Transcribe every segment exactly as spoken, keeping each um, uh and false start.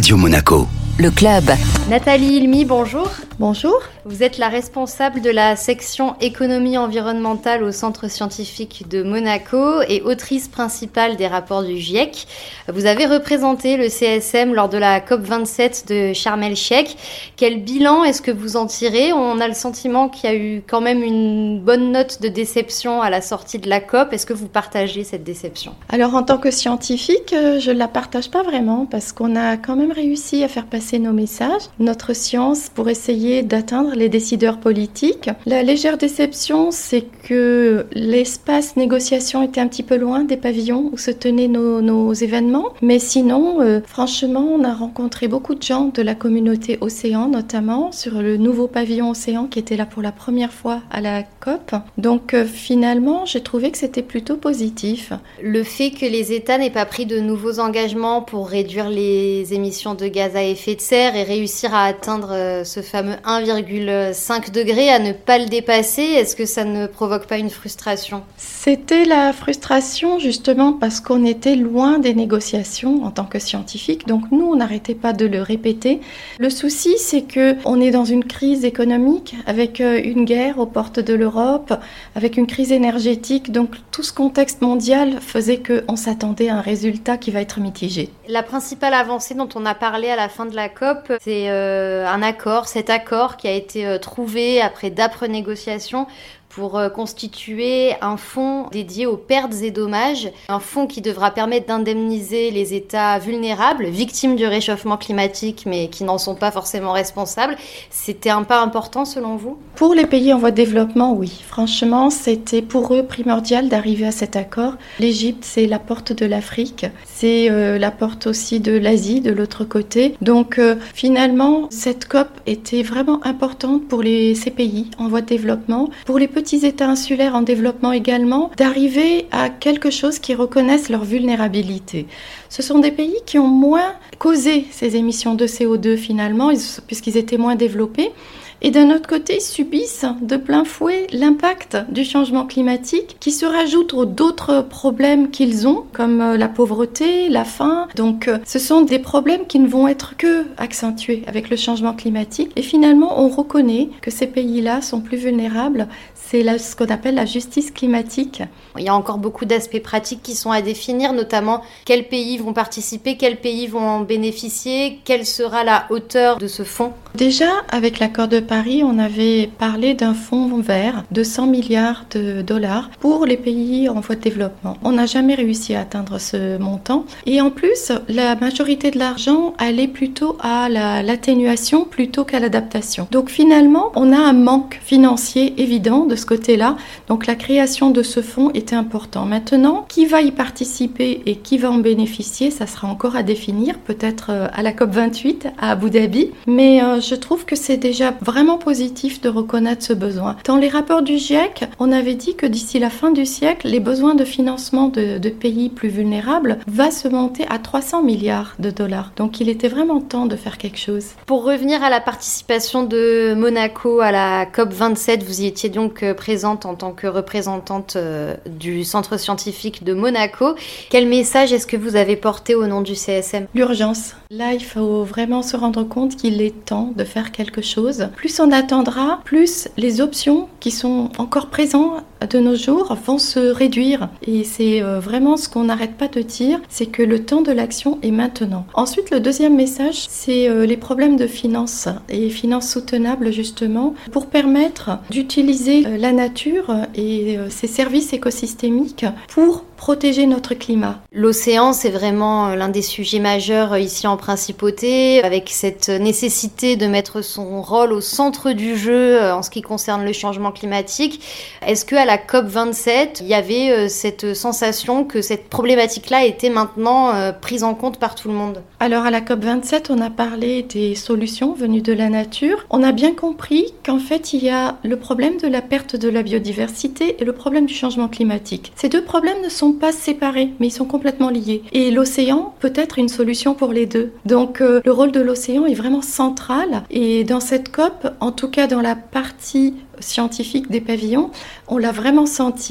Radio Monaco. Le club. Nathalie Ilmy, bonjour. Bonjour. Vous êtes la responsable de la section économie environnementale au Centre scientifique de Monaco et autrice principale des rapports du GIEC. Vous avez représenté le C S M lors de la COP vingt-sept de Sharm el-Sheikh. Quel bilan est-ce que vous en tirez ? On a le sentiment qu'il y a eu quand même une bonne note de déception à la sortie de la COP. Est-ce que vous partagez cette déception ? Alors en tant que scientifique, je ne la partage pas vraiment parce qu'on a quand même réussi à faire passer nos messages, notre science pour essayer d'atteindre les décideurs politiques. La légère déception, c'est que l'espace négociation était un petit peu loin des pavillons où se tenaient nos, nos événements. Mais sinon, euh, franchement, on a rencontré beaucoup de gens de la communauté Océan, notamment sur le nouveau pavillon Océan qui était là pour la première fois à la COP. Donc euh, finalement, j'ai trouvé que c'était plutôt positif. Le fait que les États n'aient pas pris de nouveaux engagements pour réduire les émissions de gaz à effet de serre et réussir à atteindre euh, ce fameux un virgule cinq degrés, à ne pas le dépasser, est-ce que ça ne provoque pas une frustration ? C'était la frustration justement parce qu'on était loin des négociations en tant que scientifique, donc nous on n'arrêtait pas de le répéter. Le souci c'est qu'on est dans une crise économique avec une guerre aux portes de l'Europe, avec une crise énergétique, donc tout ce contexte mondial faisait qu'on s'attendait à un résultat qui va être mitigé. La principale avancée dont on a parlé à la fin de la COP, c'est euh, un accord, cet accord qui a été euh, trouvé après d'âpres négociations pour euh, constituer un fonds dédié aux pertes et dommages, un fonds qui devra permettre d'indemniser les États vulnérables, victimes du réchauffement climatique, mais qui n'en sont pas forcément responsables. C'était un pas important selon vous ? Pour les pays en voie de développement, oui. Franchement, c'était pour eux primordial d'arriver à cet accord. L'Égypte, c'est la porte de l'Afrique, c'est euh, la porte aussi de l'Asie, de l'autre côté. Donc euh, finalement, cette COP était vraiment importante pour les, ces pays en voie de développement, pour les petits États insulaires en développement également, d'arriver à quelque chose qui reconnaisse leur vulnérabilité. Ce sont des pays qui ont moins causé ces émissions de C O deux finalement, puisqu'ils étaient moins développés. Et d'un autre côté, subissent de plein fouet l'impact du changement climatique qui se rajoute aux d'autres problèmes qu'ils ont, comme la pauvreté, la faim. Donc ce sont des problèmes qui ne vont être que accentués avec le changement climatique. Et finalement, on reconnaît que ces pays-là sont plus vulnérables. C'est là ce qu'on appelle la justice climatique. Il y a encore beaucoup d'aspects pratiques qui sont à définir, notamment quels pays vont participer, quels pays vont en bénéficier, quelle sera la hauteur de ce fonds. Déjà, avec l'accord de Paris, on avait parlé d'un fonds vert de cent milliards de dollars pour les pays en voie de développement. On n'a jamais réussi à atteindre ce montant. Et en plus, la majorité de l'argent allait plutôt à la, l'atténuation plutôt qu'à l'adaptation. Donc finalement, on a un manque financier évident de ce côté-là. Donc la création de ce fonds était important. Maintenant, qui va y participer et qui va en bénéficier, ça sera encore à définir, peut-être à la COP vingt-huit à Abu Dhabi. Mais euh, je trouve que c'est déjà vraiment positif de reconnaître ce besoin. Dans les rapports du GIEC, on avait dit que d'ici la fin du siècle, les besoins de financement de, de pays plus vulnérables va se monter à trois cents milliards de dollars. Donc il était vraiment temps de faire quelque chose. Pour revenir à la participation de Monaco à la COP vingt-sept, vous y étiez donc présente en tant que représentante du Centre scientifique de Monaco. Quel message est-ce que vous avez porté au nom du C S M ? L'urgence. Là, il faut vraiment se rendre compte qu'il est temps de faire quelque chose. Plus on attendra, plus les options qui sont encore présentes de nos jours vont se réduire. Et c'est vraiment ce qu'on n'arrête pas de dire, c'est que le temps de l'action est maintenant. Ensuite, le deuxième message, c'est les problèmes de finances et finances soutenables justement pour permettre d'utiliser la nature et ses services écosystémiques pour protéger notre climat. L'océan, c'est vraiment l'un des sujets majeurs ici en Principauté, avec cette nécessité de mettre son rôle au centre du jeu en ce qui concerne le changement climatique. Est-ce qu'à la COP vingt-sept, il y avait cette sensation que cette problématique-là était maintenant prise en compte par tout le monde ? Alors à la COP vingt-sept, on a parlé des solutions venues de la nature. On a bien compris qu'en fait, il y a le problème de la perte de la biodiversité et le problème du changement climatique. Ces deux problèmes ne sont pas séparés, mais ils sont complètement liés. Et l'océan peut être une solution pour les deux. Donc euh, le rôle de l'océan est vraiment central. Et dans cette COP, en tout cas dans la partie scientifique des pavillons, on l'a vraiment senti.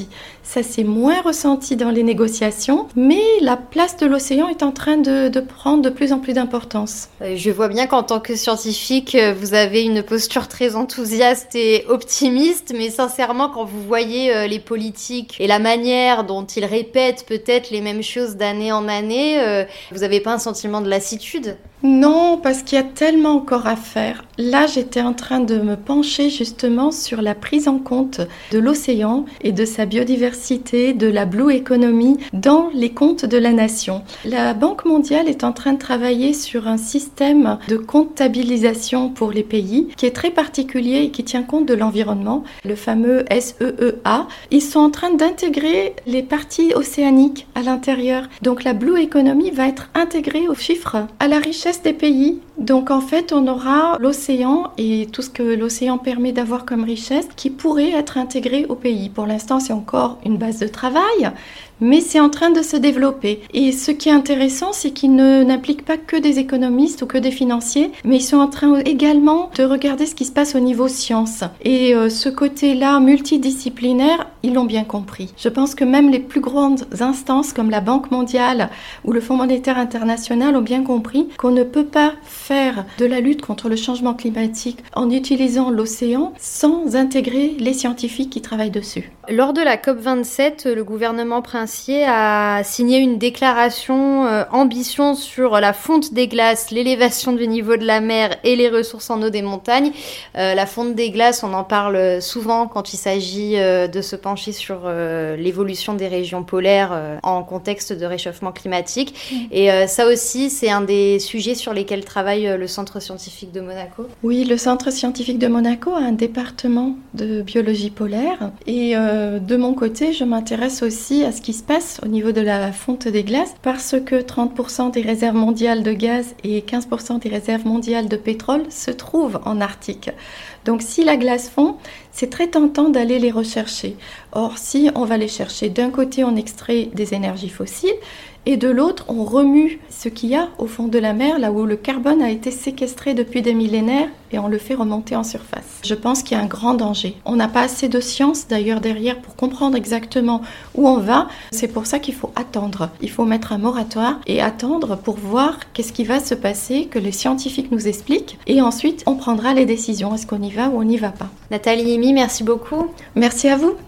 Ça s'est moins ressenti dans les négociations, mais la place de l'océan est en train de, de prendre de plus en plus d'importance. Je vois bien qu'en tant que scientifique, vous avez une posture très enthousiaste et optimiste, mais sincèrement, quand vous voyez les politiques et la manière dont ils répètent peut-être les mêmes choses d'année en année, vous n'avez pas un sentiment de lassitude ? Non, parce qu'il y a tellement encore à faire. Là, j'étais en train de me pencher justement sur la prise en compte de l'océan et de sa biodiversité, de la blue economy dans les comptes de la nation. La Banque mondiale est en train de travailler sur un système de comptabilisation pour les pays qui est très particulier et qui tient compte de l'environnement, le fameux S E E A. Ils sont en train d'intégrer les parties océaniques à l'intérieur. Donc la blue economy va être intégrée aux chiffres, à la richesse des pays. Donc en fait, on aura l'océan et tout ce que l'océan permet d'avoir comme richesse qui pourrait être intégré au pays. Pour l'instant, c'est encore une base de travail, mais c'est en train de se développer. Et ce qui est intéressant, c'est qu'il ne n'implique pas que des économistes ou que des financiers, mais ils sont en train également de regarder ce qui se passe au niveau science. Et euh, ce côté-là multidisciplinaire, ils l'ont bien compris. Je pense que même les plus grandes instances comme la Banque mondiale ou le Fonds monétaire international ont bien compris qu'on ne peut pas faire de la lutte contre le changement climatique en utilisant l'océan sans intégrer les scientifiques qui travaillent dessus. Lors de la COP vingt-sept, le gouvernement princier a signé une déclaration euh, ambition sur la fonte des glaces, l'élévation du niveau de la mer et les ressources en eau des montagnes. Euh, la fonte des glaces, on en parle souvent quand il s'agit euh, de se pencher sur euh, l'évolution des régions polaires euh, en contexte de réchauffement climatique. Mmh. Et euh, ça aussi, c'est un des sujets sur lesquels travaille euh, le Centre scientifique de Monaco. Oui, le Centre scientifique de Monaco a un département de biologie polaire et euh, de mon côté, je m'intéresse aussi à ce qui se passe au niveau de la fonte des glaces parce que trente pour cent des réserves mondiales de gaz et quinze pour cent des réserves mondiales de pétrole se trouvent en Arctique. Donc si la glace fond, c'est très tentant d'aller les rechercher. Or, si on va les chercher, d'un côté, on extrait des énergies fossiles et de l'autre, on remue ce qu'il y a au fond de la mer, là où le carbone a été séquestré depuis des millénaires et on le fait remonter en surface. Je pense qu'il y a un grand danger. On n'a pas assez de science d'ailleurs derrière pour comprendre exactement où on va. C'est pour ça qu'il faut attendre. Il faut mettre un moratoire et attendre pour voir qu'est-ce qui va se passer, que les scientifiques nous expliquent et ensuite on prendra les décisions. Est-ce qu'on y va ou on n'y va pas? Nathalie Emy, merci beaucoup. Merci à vous.